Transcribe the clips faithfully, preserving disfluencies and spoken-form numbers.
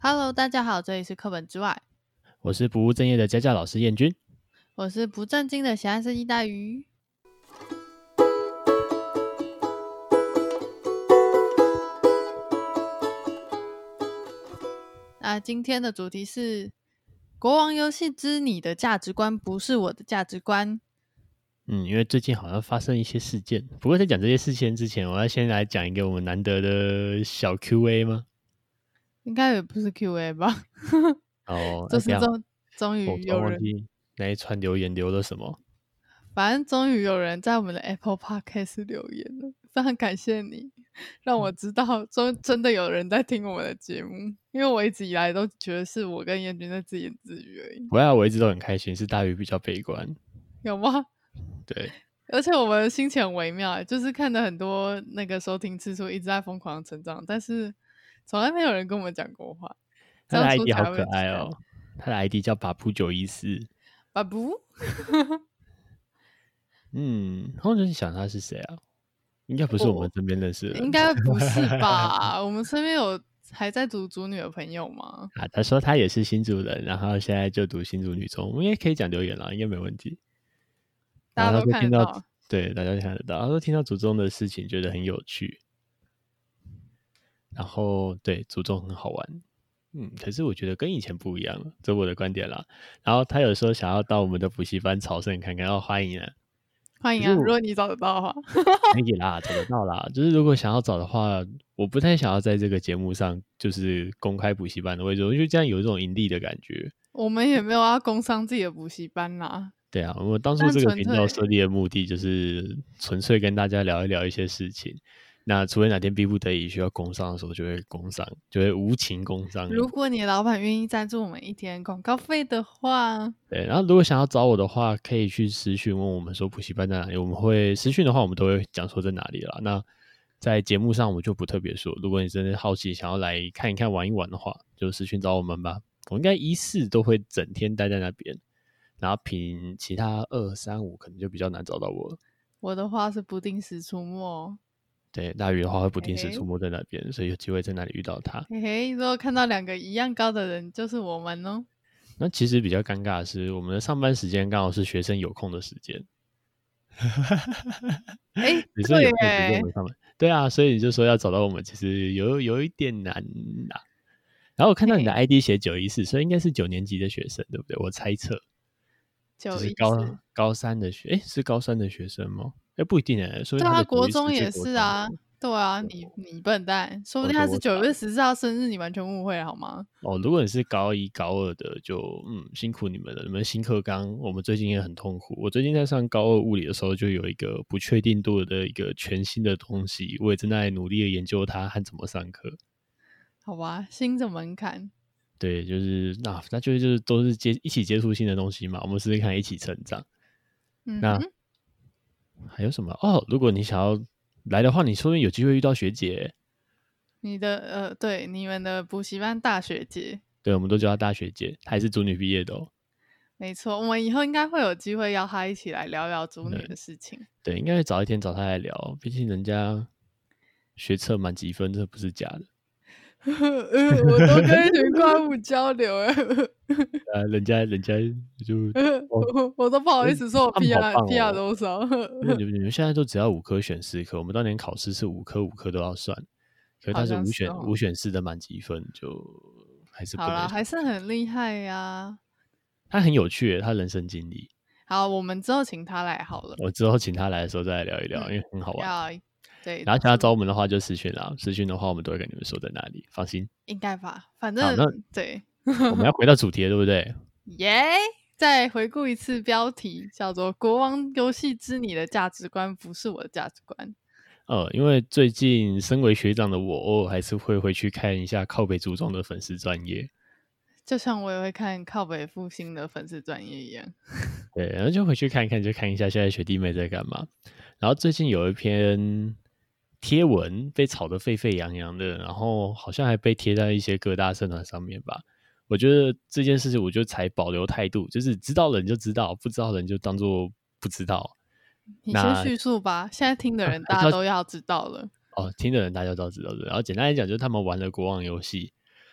Hello， 大家好，这里是课本之外， 我是不务正业的家教老师燕君， 我是不正经的喜爱设计大鱼。那今天的主题是国王游戏之你的价值观不是我的价值观。 嗯，因为最近好像发生一些事件，不过在讲这些事件之前，我要先来讲一个我们难得的小 Q A 吗？ 应该也不是 Q A 吧？ 哦， 就是终终我于有人， 忘记那一串留言留了什么。 反正终于有人在我们的 Apple Podcast 留言了，非常感谢你，让我知道真真的有人在听我们的节目，因为我一直以来都觉得是我跟燕君在自言自语而已。 不要，我一直都很开心，是大鱼比较悲观。 有吗？ 对， 而且我们的心情很微妙，就是看着很多那个收听次数一直在疯狂成长，但是从来没有人跟我们讲过话。 他的这样 I 说 D 好起来会很奇怪。 可爱哦，他的 I D 叫把布九一四。 巴布， 嗯，然后就想他是谁啊？应该不是我们身边认识的人。 应该不是吧？我们身边有还在读主女的朋友吗？ 啊，他说他也是新竹人，然后现在就读新竹女中，我们也可以讲留言啦，应该没问题。 大家都看得到。 对，大家都看得到。他说听到祖宗的事情觉得很有趣，然后对祖宗很好玩，嗯，可是我觉得跟以前不一样了，这是我的观点啦。然后他有说想要到我们的补习班朝圣看看，要欢迎啊， 欢迎啊！如果你找得到的话， 可以啦，找得到啦。就是如果想要找的话，我不太想要在这个节目上就是公开补习班的位置，我觉得这样有一种盈利的感觉。 我们也没有要工商自己的补习班啦。 对啊，我当初这个频道设立的目的就是纯粹跟大家聊一聊一些事情。那除非哪天逼不得已需要工商的时候，就会工商，就会无情工商。 如果你的老板愿意赞助我们一天广告费的话， 对，然后如果想要找我的话，可以去私讯问我们说补习班在哪里。我们会私讯的话，我们都会讲说在哪里啦。那在节目上我们就不特别说。如果你真的好奇想要来看一看、玩一玩的话，就私讯找我们吧。我应该一四都会整天待在那边。然后凭其他二三五可能就比较难找到我了。 我的话是不定时出没。 对，大鱼的话会不定时出没在那边，嘿嘿，所以有机会在那里遇到他。 嘿嘿，如果看到两个一样高的人，就是我们哦。 那其实比较尴尬的是，我们的上班时间刚好是学生有空的时间。 哎、欸， 学生有空不用上班，对啊，所以你就说要找到我们，其实有有一点难啦。然后我看到你的 I D 写九一四，所以应该是九年级的学生，对不对？我猜测。就是高高三的学，哎，是高三的学生吗？哎，不一定哎，说不定他的国中也是啊，对啊，你你笨蛋，说不定他是九月十四号生日，你完全误会了好吗？ 哦，如果你是高一高二的，就嗯辛苦你们了，你们新课纲，我们最近也很痛苦。我最近在上高二物理的时候，就有一个不确定度的一个全新的东西，我也正在努力的研究它和怎么上课。 好吧，新的门槛。 对，就是那、啊、那就是就是都是接一起接触新的东西嘛，我们试试看一起成长。 嗯， 那还有什么哦？如果你想要来的话，你说不定有机会遇到学姐。 你的呃，对，你们的补习班大学姐， 对，我们都叫她大学姐，她还是主女毕业的哦。 没错，我们以后应该会有机会邀她一起来聊聊主女的事情。 对，应该会找一天找她来聊，毕竟人家学测满积分，这不是假的。 我都跟一群怪物交流哎， 呃，人家人家就、 哦、我都不好意思说我 P R、 哦、 P R 多少。 你们你们现在都只要五科选四科，我们当年考试是五科五科都要算，可是他是五选是、哦、 五选四的满积分，就还是不能。 好啦，还是很厉害呀、啊。 他很有趣耶，他人生经历。 好，我们之后请他来好了。 我之后请他来的时候再来聊一聊， 嗯、 因为很好玩。 对， 然后想要找我们的话就私讯啦，私讯的话我们都会跟你们说在哪里，放心。 应该吧，反正对。 我们要回到主题了，对不对？ 耶、yeah! 再回顾一次标题，叫做《国王游戏之你的价值观不是我的价值观》。 呃，因为最近身为学长的我，偶尔还是会回去看一下靠北祖宗的粉丝专页， 就像我也会看靠北复兴的粉丝专页一样。 对，然后就回去看一看，就看一下现在学弟妹在干嘛。然后最近有一篇贴文被炒得沸沸扬扬的，然后好像还被贴在一些各大社团上面吧。我觉得这件事情，我就才保留态度，就是知道人就知道，不知道人就当做不知道。 你先叙述吧，现在听的人大家都要知道了。 哦，听的人大家都知道的。然后简单来讲，就是他们玩了国王游戏，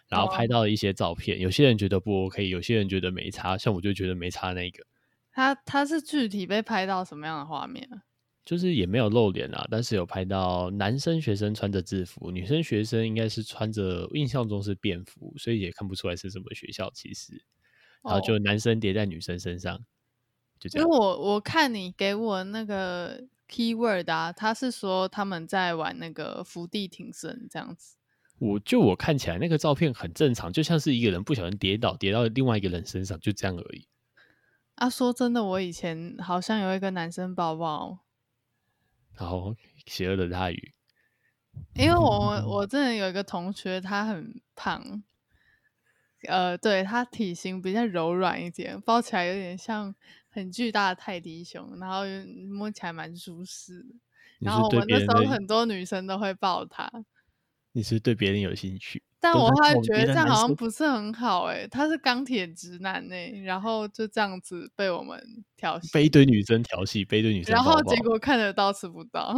然后拍到一些照片，有些人觉得不 OK， 有些人觉得没差，像我就觉得没差那一个。 他他是具体被拍到什么样的画面啊？ 就是也没有露脸啊，但是有拍到男生学生穿着制服，女生学生应该是穿着，印象中是便服，所以也看不出来是什么学校。其实，然后就男生叠在女生身上，就这样。 因为我我看你给我那个 keyword 啊，他是说他们在玩那个伏地挺身这样子。 我就我看起来那个照片很正常，就像是一个人不小心跌倒，跌到另外一个人身上，就这样而已。 啊，说真的，我以前好像有一个男生抱抱。 然后邪恶的大鱼， 因为我我之前有一个同学，他很胖，呃，对，他体型比较柔软一点，抱起来有点像很巨大的泰迪熊，然后摸起来蛮舒适的。然后我你是对们那时候别人的， 很多女生都会抱他， 你是对别人有兴趣， 但我都在后来觉得抱别的男生。 这样好像不是很好诶、他是钢铁直男诶、然后就这样子被我们调戏， 被一堆女生调戏，被一堆女生然后抱抱， 结果看得到吃不到，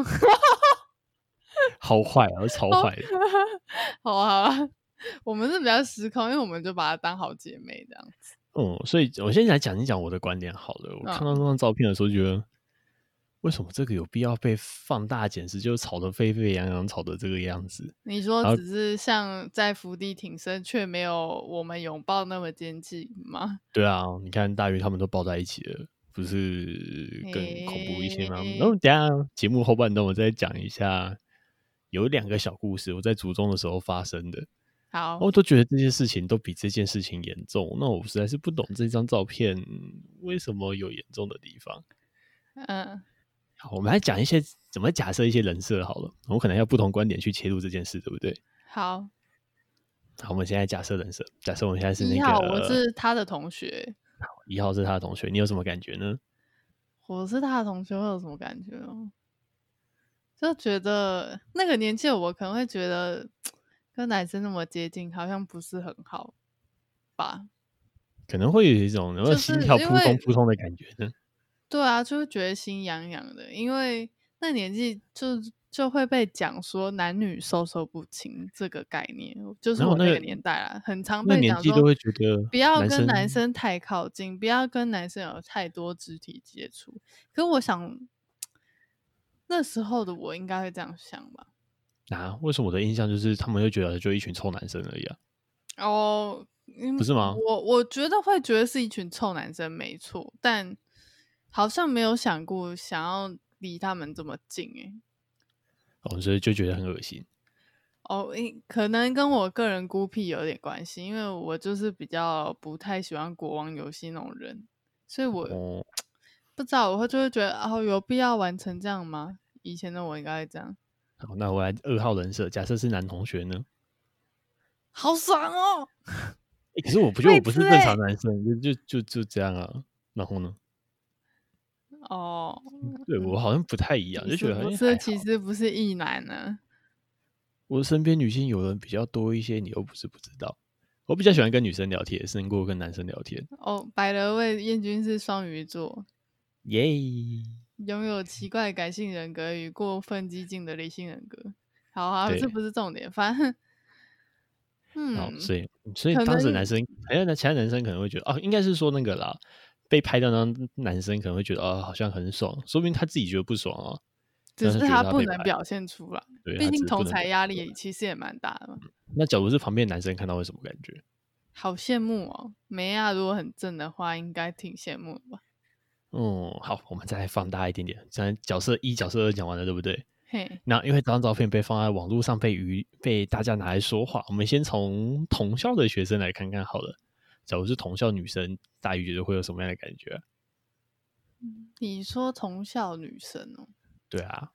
好坏啊，超坏的。 好啊，我们是比较失控，因为我们就把她当好姐妹这样子。 嗯，所以我先来讲一讲我的观点好了。我看到那张照片的时候，觉得为什么这个有必要被放大检视，就吵得沸沸扬扬，吵得这个样子？ 你说只是像在伏地挺身，却没有我们拥抱那么接近吗？ 对啊，你看大鱼他们都抱在一起了，不是更恐怖一些吗？然后等一下节目后半段我再讲一下，有两个小故事，我在族中的时候发生的。 好， 我都觉得这些事情都比这件事情严重，那我实在是不懂这张照片为什么有严重的地方。 嗯， 好，我们来讲一些怎么假设一些人设好了，我可能要不同观点去切入这件事，对不对？ 好， 好，我们现在假设人设，假设我们现在是那个一号我是他的同学， 一号是他的同学，你有什么感觉呢？ 我是他的同学会有什么感觉哦？就觉得那个年纪的我可能会觉得跟男生那么接近，好像不是很好吧？ 可能会有一种有没有就是心跳扑通因为扑通的感觉呢？ 对啊，就会觉得心痒痒的，因为那年纪就就会被讲说男女授受不亲这个概念，就是我那个然后那个年代啦，很常那被讲说年纪都会觉得不要跟男生男生太靠近，不要跟男生有太多肢体接触。可我想那时候的我应该会这样想吧。 啊，为什么我的印象就是他们会觉得就一群臭男生而已啊？ 哦，嗯， 不是吗？ 我我觉得会觉得是一群臭男生没错，但好像没有想过想要离他们这么近诶、欸。 哦，所以就觉得很恶心。 哦，因可能跟我个人孤僻有点关系，因为我就是比较不太喜欢国王游戏那种人，所以我、 哦， 不知道我会就会觉得哦，有必要玩成这样吗？以前的我应该会这样， 好，那我来二号人设，假设是男同学呢？ 好爽哦！ 欸、可是我不觉得我不是正欸常男生，就就就就这样啊。然后呢？ 哦， 对我好像不太一样，就觉得好不是， 像还好。 其实不是异男呢。 我身边女性友人比较多一些，你又不是不知道。我比较喜欢跟女生聊天，胜过跟男生聊天。 哦，百了位燕君是双鱼座， 耶、 拥有奇怪感性人格与过分激进的理性人格。好啊， 对， 这不是重点，反正好， 嗯， 所以所以可能当时男生，还有其他男生可能会觉得，哦，应该是说那个啦，被拍到那男生可能会觉得，哦，好像很爽，说不定他自己觉得不爽啊， 只是但是觉得他被拍， 他不能表现出来， 对毕竟他只是不能同才压表现出来。 力其实也蛮大的嘛。 那假如是旁边男生看到会什么感觉？ 好羡慕哦，梅亚如果很正的话，应该挺羡慕的吧？ 嗯，好，我们再来放大一点点。现在角色一、角色二讲完了，对不对？ 嘿， 那因为这张照片被放在网络上被舆被大家拿来说话，我们先从同校的学生来看看好了。假如是同校女生，大鱼觉得会有什么样的感觉、啊？ 你说同校女生哦？ 对啊，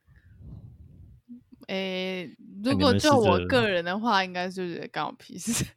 诶，如果就我个人的话，应该就觉得干我屁事。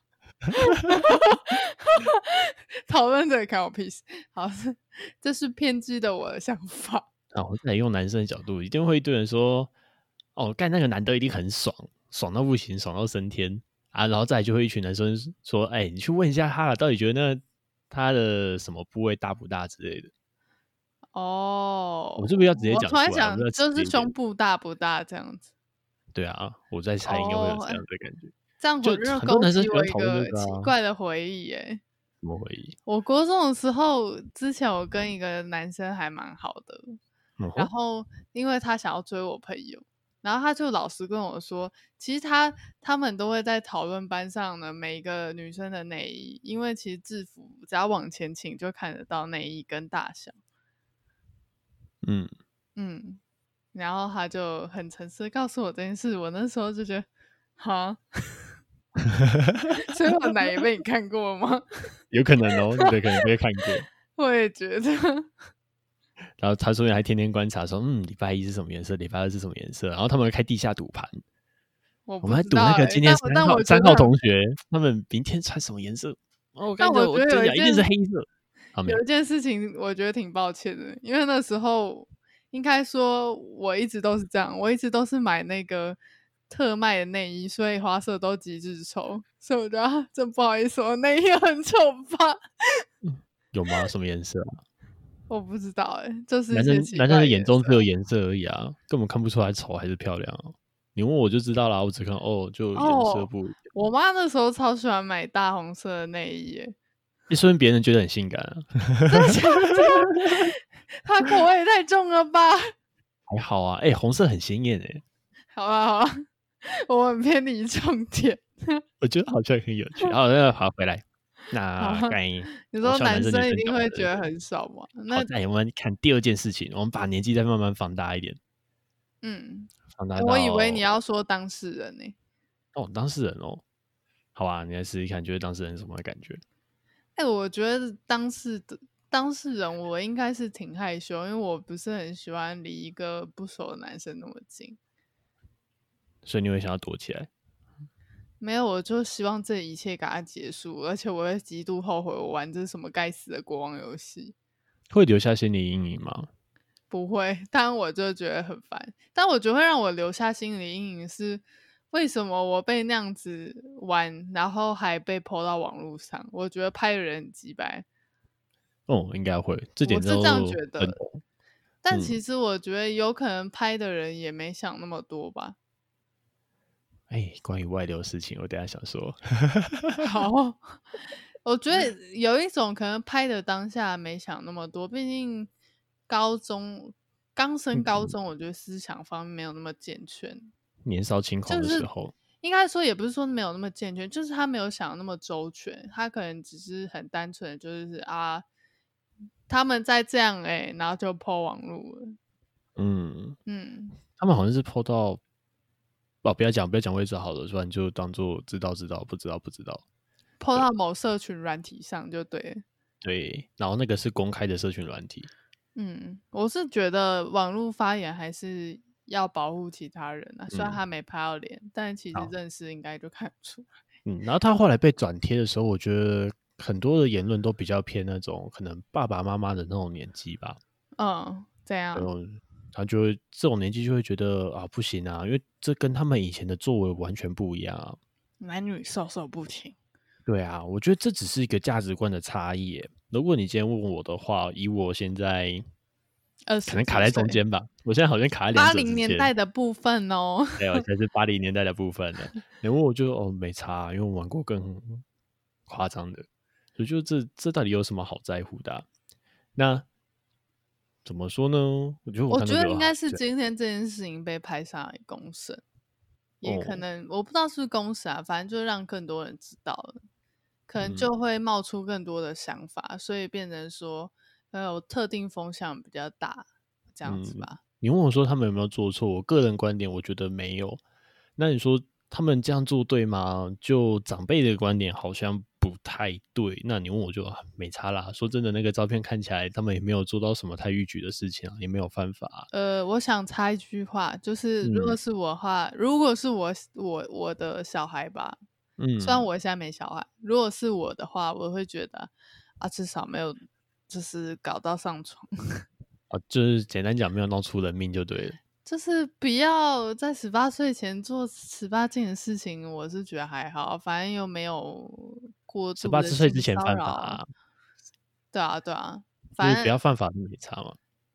讨论这个干我屁事。好，这是偏激的我的想法。 啊，我再用男生的角度，一定会一堆人说，哦，干那个男的一定很爽，爽到不行，爽到升天啊！然后再来就会一群男生说，哎、欸，你去问一下他，到底觉得那他的什么部位大不大之类的。 哦， 我是不是要直接讲出来？ 我突然想， 我就是胸部大不大这样子。 对啊，我在猜应该会有这样的感觉。 这样就我就很多勾起男生喜欢我一个讨论这个啊。 奇怪的回忆耶。 什么回忆？ 我国中的时候，之前我跟一个男生还蛮好的， 嗯哼， 然后因为他想要追我朋友，然后他就老实跟我说，其实他他们都会在讨论班上的每一个女生的内衣，因为其实制服只要往前倾就看得到内衣跟大小。 嗯， 嗯，然后他就很诚实地告诉我这件事，我那时候就觉得，哈，所以我奶也被你看过吗？ 有可能哦，你对，可能被看过。 我也觉得。 然后他说还天天观察说，嗯，礼拜一是什么颜色，礼拜二是什么颜色，然后他们会开地下赌盘，我我不们还赌那个知道欸， 今天三但但号三号我觉得， 同学他们明天穿什么颜色。哦，我跟但你讲，我我觉得有一跟你讲，一定是件黑色。好，没有。 有一件事情，我觉得挺抱歉的，因为那时候应该说我一直都是这样，我一直都是买那个特卖的内衣，所以花色都极致丑，所以我觉得啊真不好意思，我内衣很丑吧？ 有吗？什么颜色啊？ 我不知道哎、就是一男生些奇男生的眼怪的颜色。 中只有颜色而已啊，根本看不出来丑还是漂亮啊。你问我就知道啦，我只看哦，就颜色哦， 不一样。 我妈那时候超喜欢买大红色的内衣耶， 一说明别人觉得很性感啊。 真的假的？她口味也太重了吧？ 还好啊，哎、红色很鲜艳哎、 好啊好啊，我很偏离重点。 我觉得好像很有趣。好，那好回来， 好那该你说我希望男生女生生一定讲完了。 会觉得很少吗？ 好， 那再我们看第二件事情，我们把年纪再慢慢放大一点， 嗯， 放大欸我以为你到要说当事人呢、 哦当事人哦。好啊，你来试试看，觉得当事人是什么感觉？ 哎、我觉得当事的当事人，我应该是挺害羞，因为我不是很喜欢离一个不熟的男生那么近。 所以你会想要躲起来？ 没有，我就希望这一切给它结束，而且我会极度后悔我玩这什么该死的国王游戏。 会留下心理阴影吗？ 不会，但我就觉得很烦。但我觉得会让我留下心理阴影是，为什么我被那样子玩，然后还被 po 到网络上？我觉得拍的人很鸡掰。 哦，应该会，这点我是这样都觉得， 认同。嗯， 但其实我觉得有可能拍的人也没想那么多吧。 哎，关于外流的事情，我等一下想说。 好，我觉得有一种可能拍的当下没想那么多，毕竟高中刚升高嗯中，我觉得思想方面没有那么健全。 年少轻狂就是的时候， 应该说也不是说没有那么健全，就是他没有想得那么周全，他可能只是很单纯的就是啊，他们在这样哎、欸然后就 po 网络了。 嗯， 嗯， 他们好像是 po 到，哦，不要讲，不要讲位置好了，不然就当做知道知道，不知道不知道。 po 到某社群软体上就对了。 对，然后那个是公开的社群软体。 嗯，我是觉得网络发言还是要保护其他人啊，虽然嗯， 他没拍到脸，但其实好， 认识应该就看得出来。 嗯，然后他后来被转贴的时候，我觉得很多的言论都比较偏那种可能爸爸妈妈的那种年纪吧。 嗯，这样， 然后他就会这种年纪就会觉得啊不行啊，因为这跟他们以前的作为完全不一样啊。 男女授受不亲。 对啊，我觉得这只是一个价值观的差异耶。如果你今天问我的话，以我现在二十可能卡在中间吧，我现在好像卡在两八零者之间。 年代的部分哦。 对，我现在是八零年代的部分了。你问我就哦没差啊，因为我玩过更夸张的，所以就这这到底有什么好在乎的啊、那怎么说呢？我觉得我我看到就觉得应该是这今天这件事情被拍上来公审，也可哦， 能我不知道是不是公审啊，反正就让更多人知道了，可能嗯就会冒出更多的想法，所以变成说，呃，有特定风向比较大，这样子嗯， 吧。 你问我说他们有没有做错？我个人观点，我觉得没有。那你说他们这样做对吗？就长辈的观点好像不太对。那你问我就、啊、没差啦。说真的，那个照片看起来他们也没有做到什么太逾矩的事情啊，也没有犯法啊、 呃，我想插一句话，就是如果嗯是我的话，如果是我我我的小孩吧，虽然嗯， 我现在没小孩，如果是我的话，我会觉得啊，至少没有就是搞到上床。 啊，就是简单讲，没有闹出人命就对了。 就是不要在十八岁前做十八禁的事情，我是觉得还好，反正又没有过十八度的性岁之前犯法、 骚扰。 啊， 对啊，对啊， 就是不反正要犯法就没差嘛。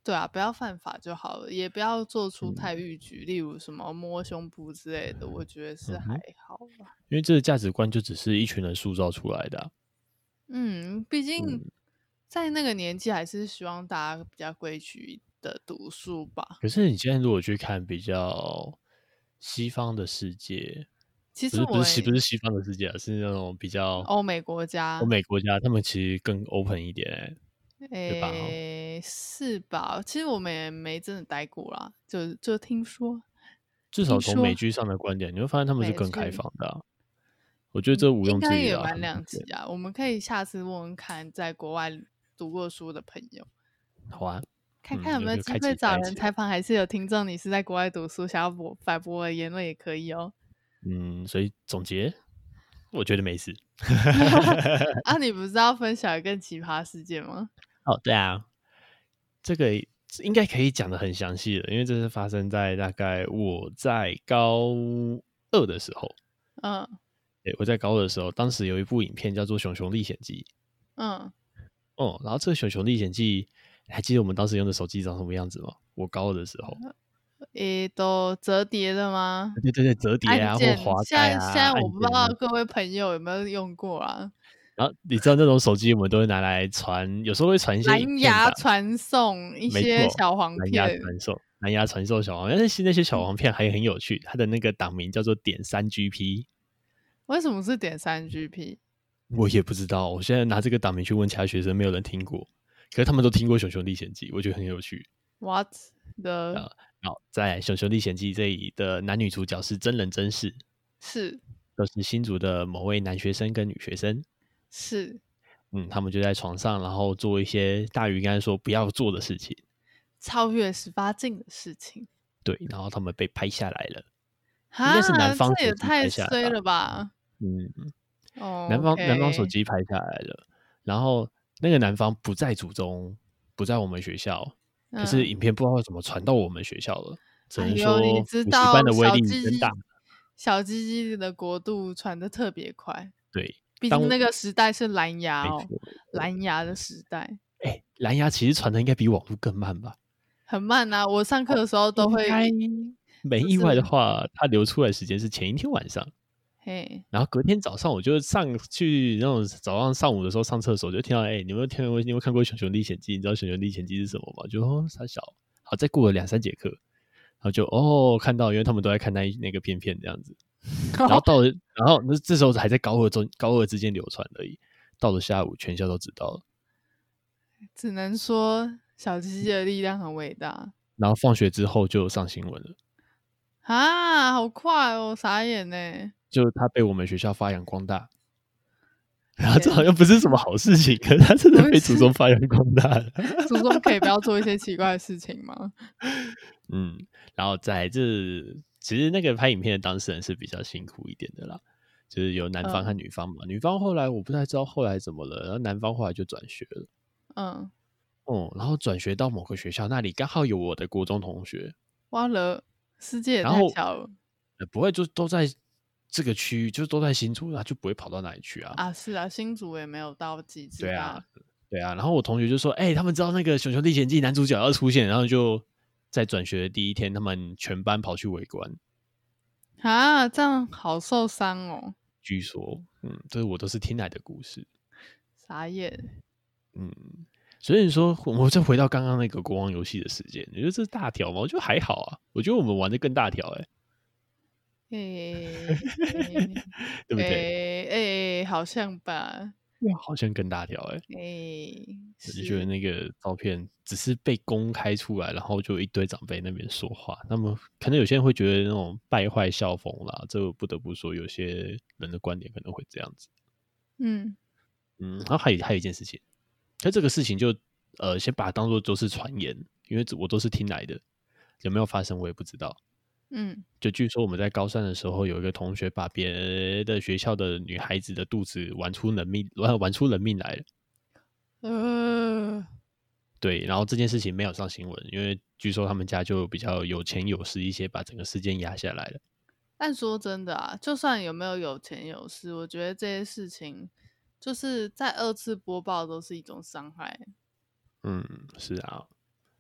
对啊，不要犯法就好了，也不要做出太嗯逾矩，例如什么摸胸部之类的，我觉得是还嗯哼， 好啦。 因为这个价值观就只是一群人塑造出来的啊、 嗯，毕竟嗯， 在那个年纪，还是希望大家比较规矩的读书吧。 可是你现在如果去看比较西方的世界，不其实我是不是西不是西方的世界啊，是那种比较欧美国欧家， 美国家，他们其实更 open 一点、欸，对吧？哈， 诶，是吧？其实我们也没真的待过啦，就就听说， 至少从美听说剧上的观点，你会发现他们是更开美剧， 放的、啊。我觉得嗯， 这毋应该庸置疑的、啊， 也蛮很明显。 两极啊。我们可以下次问问看，在国外读过书的朋友， 好啊，嗯， 看看有没有就就开机会找启下一集了。 人采访，还是有听众你是在国外读书，想要博反驳我的言论也可以哦。 嗯，所以总结，我觉得没事。 啊，你不是要分享更奇葩事件吗？ 哦，对啊，这个应该可以讲的很详细的，因为这是发生在大概我在高二的时候。 嗯对，我在高二的时候，当时有一部影片叫做《熊熊历险记》。 嗯， 哦，然后这个《熊熊历险记》，还记得我们当时用的手机长什么样子吗？我高二的时候， 诶，都折叠的吗？ 对对对，折叠啊，或按键，现滑盖啊， 在现在我不知道按键啊。 各位朋友有没有用过啊？ 然后你知道那种手机，我们都会拿来传，有时候会传一些影蓝片档。 牙传送一没错， 些小黄蓝牙片， 传送，蓝牙传送小黄片，但是那些小黄片还很有趣，它的那个档名叫做点三 G P。 为什么是点三 G P？ 我也不知道，我现在拿这个档名去问其他学生，没有人听过，可是他们都听过《熊熊历险记》，我觉得很有趣。 What the 啊，好，在《熊熊历险记》这里的男女主角是真人真事， 是都是新竹的某位男学生跟女学生。 是嗯，他们就在床上，然后做一些大鱼刚才说不要做的事情。 超越十八禁的事情对，然后他们被拍下来了，应该是男哈， 方这也太手机拍下来衰的。 了吧嗯， 哦男方男方手 ？OK， 机拍下来了，然后那个男方不在组中，不在我们学校，可是嗯， 影片不知道为什么传到我们学校了，只能哎呦，你说补习知道班的威小力真大。 鸡鸡小鸡鸡的国度传的特别快， 对， 毕当竟那个时代是蓝牙哦， 没错没错， 蓝牙的时代哎，蓝牙其实传的应该比网络更慢吧？ 很慢啊。我上课的时候都会应该一就没意外的是话，它流出来的时间是前一天晚上。 嘿， 然后隔天早上，我就上去那种早上上午的时候上厕所，就听到哎、欸，你有没有听过？你有没有看过《熊熊历险记》？你知道《熊熊历险记》是什么吗？就哦，傻小。好，再过了两三节课，然后就哦看到，因为他们都在看那那个片片这样子。然后到了，然后那这时候还在高二中高二之间流传而已。到了下午，全校都知道了。 只能说小鸡鸡的力量很伟大然后放学之后就上新闻了， 啊！好快哦，傻眼呢。 就他被我们学校发扬光大。然后这好像不是什么好事情，可是他真的被祖宗发扬光大了。 祖宗可以不要做一些奇怪的事情吗？ 嗯，然后在这其实那个拍影片的当事人是比较辛苦一点的啦，就是有男方和嗯女方嘛。女方后来我不太知道后来怎么了，然后男方后来就转学了。 嗯， 哦、然后转学到某个学校，那里刚好有我的国中同学， 哇了，世界也然后太小了呃不会就都在这个区域，就都在新竹，他就不会跑到哪里去啊。 啊！是啊，新竹也没有到极致对啊， 大对啊。然后我同学就说：“哎、他们知道那个《熊熊历险记》男主角要出现，然后就在转学的第一天，他们全班跑去围观。 啊，这样好受伤哦， 据说，嗯，这是我都是听来的故事。 傻眼。 嗯，所以说，我们再回到刚刚那个国王游戏的事件，你觉得这是大条吗？我觉得还好啊，我觉得我们玩的更大条、欸， 诶对不对？ 诶诶，好像吧？ 哇，好像更大条、欸， 诶， 我就觉得是那个照片只是被公开出来，然后就一堆长辈那边说话，那么可能有些人会觉得那种败坏校风啦，这我不得不说，有些人的观点可能会这样子。 嗯嗯，然后还有还有一件事情，那这个事情就呃先把它当做都是传言，因为我都是听来的，有没有发生我也不知道。 嗯， 就据说我们在高三的时候，有一个同学把别的学校的女孩子的肚子玩出人命，玩玩出人命来了。 呃， 对，然后这件事情没有上新闻，因为据说他们家就比较有钱有势一些，把整个事件压下来了。 但说真的啊，就算有没有有钱有势，我觉得这些事情就是在二次播报都是一种伤害。 嗯，是啊，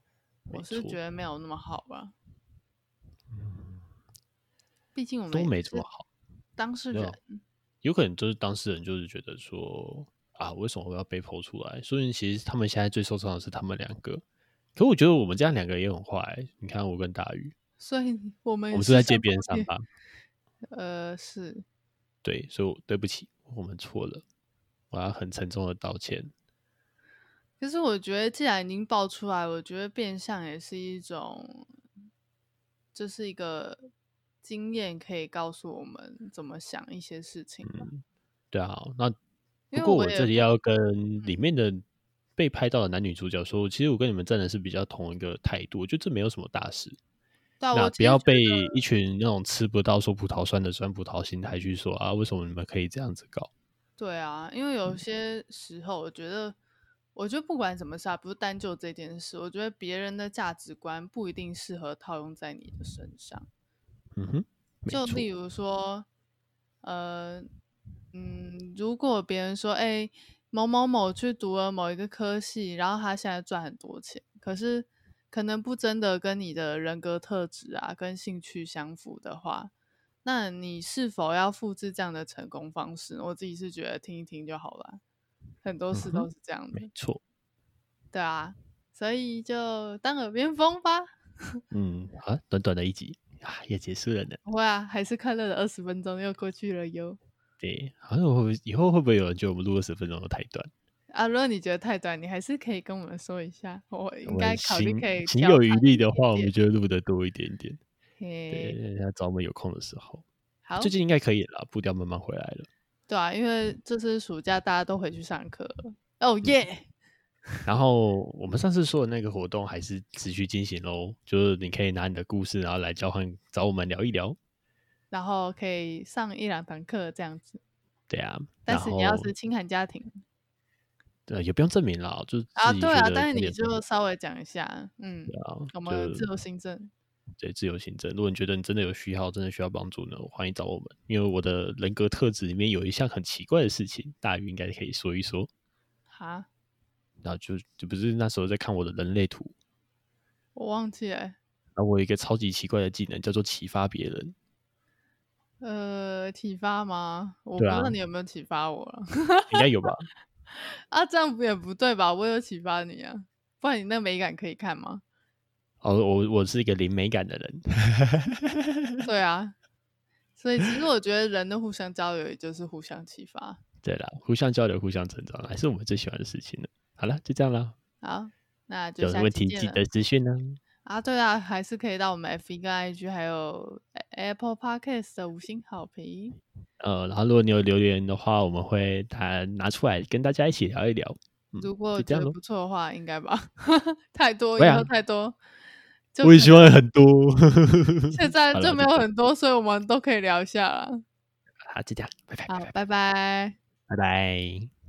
我是觉得没有那么好吧。 嗯， 毕竟我们都没这么好。 当事人有可能就是当事人就是觉得说啊，为什么我要被剖出来？所以其实他们现在最受伤的是他们两个。可我觉得我们这样两个也很坏、欸。你看我跟大鱼， 所以我们我们是在借别人伤疤。 呃，是。 对，所以我对不起，我们错了，我要很沉重的道歉。 可是我觉得既然已经爆出来，我觉得变相也是一种，就是一个经验，可以告诉我们怎么想一些事情吧。 嗯，对啊，那因为不过我这里要跟嗯里面的被拍到的男女主角说，其实我跟你们站的是比较同一个态度，我觉得这没有什么大事。 对啊， 那我不要被一群那种吃不到说葡萄酸的酸葡萄心态去说啊，为什么你们可以这样子搞？ 对啊，因为有些时候我觉得，我觉得不管怎么事，不是单就这件事，我觉得别人的价值观不一定适合套用在你的身上。 嗯哼， 就例如说，呃，嗯，如果别人说，哎、欸，某某某去读了某一个科系，然后他现在赚很多钱，可是可能不真的跟你的人格特质啊、跟兴趣相符的话，那你是否要复制这样的成功方式？我自己是觉得听一听就好了，很多事都是这样的。 没错。 对啊，所以就当耳边风吧。 嗯，好，短短的一集啊，也结束了呢。 不会啊，还是快乐的二十分钟又过去了哟。 对，好像会以后会不会有人觉得我们录二十分钟都太短啊？如果你觉得太短，你还是可以跟我们说一下，我应该考虑可以情有余力的话，我们就录的多一点点。对，要找我们有空的时候。 好， 最近应该可以了，步调慢慢回来了。 对啊，因为这次暑假大家都回去上课了。哦耶！ 然后我们上次说的那个活动还是持续进行咯，就是你可以拿你的故事，然后来交换，找我们聊一聊， 然后可以上一两堂课这样子。 对啊， 但是你要是清寒家庭， 呃，也不用证明啦，就啊，对啊，但是你就稍微讲一下，嗯，对啊， 我们自由行政， 对，自由行政。如果你觉得你真的有需要，真的需要帮助呢，欢迎找我们，因为我的人格特质里面有一项很奇怪的事情，大鱼应该可以说一说。 哈？ 然后就就不是那时候在看我的人类图， 我忘记了、欸。 然后我有一个超级奇怪的技能，叫做启发别人。 呃，启发吗？我不知道你有没有启发我了， 应该有吧？ 啊，这样也不对吧？我有启发你啊，不然你那美感可以看吗？ 哦，我我是一个零美感的人。 对啊，所以其实我觉得人的互相交流也就是互相启发。 对啦，互相交流、互相成长，还是我们最喜欢的事情呢。好了，就这样了。 好，那就有问题记得私讯呢。 啊，对啊，还是可以到我们 F B 跟 I G 还有 Apple Podcast 的五星好评。 呃，然后如果你有留言的话，我们会拿拿出来跟大家一起聊一聊。嗯、 如果觉得不错的话，应该吧？太多， 以后太多。 我也希望很多。 现在就没有很多，所以我们都可以聊一下啦。 好，就这样，拜拜。 好，拜拜， 拜拜。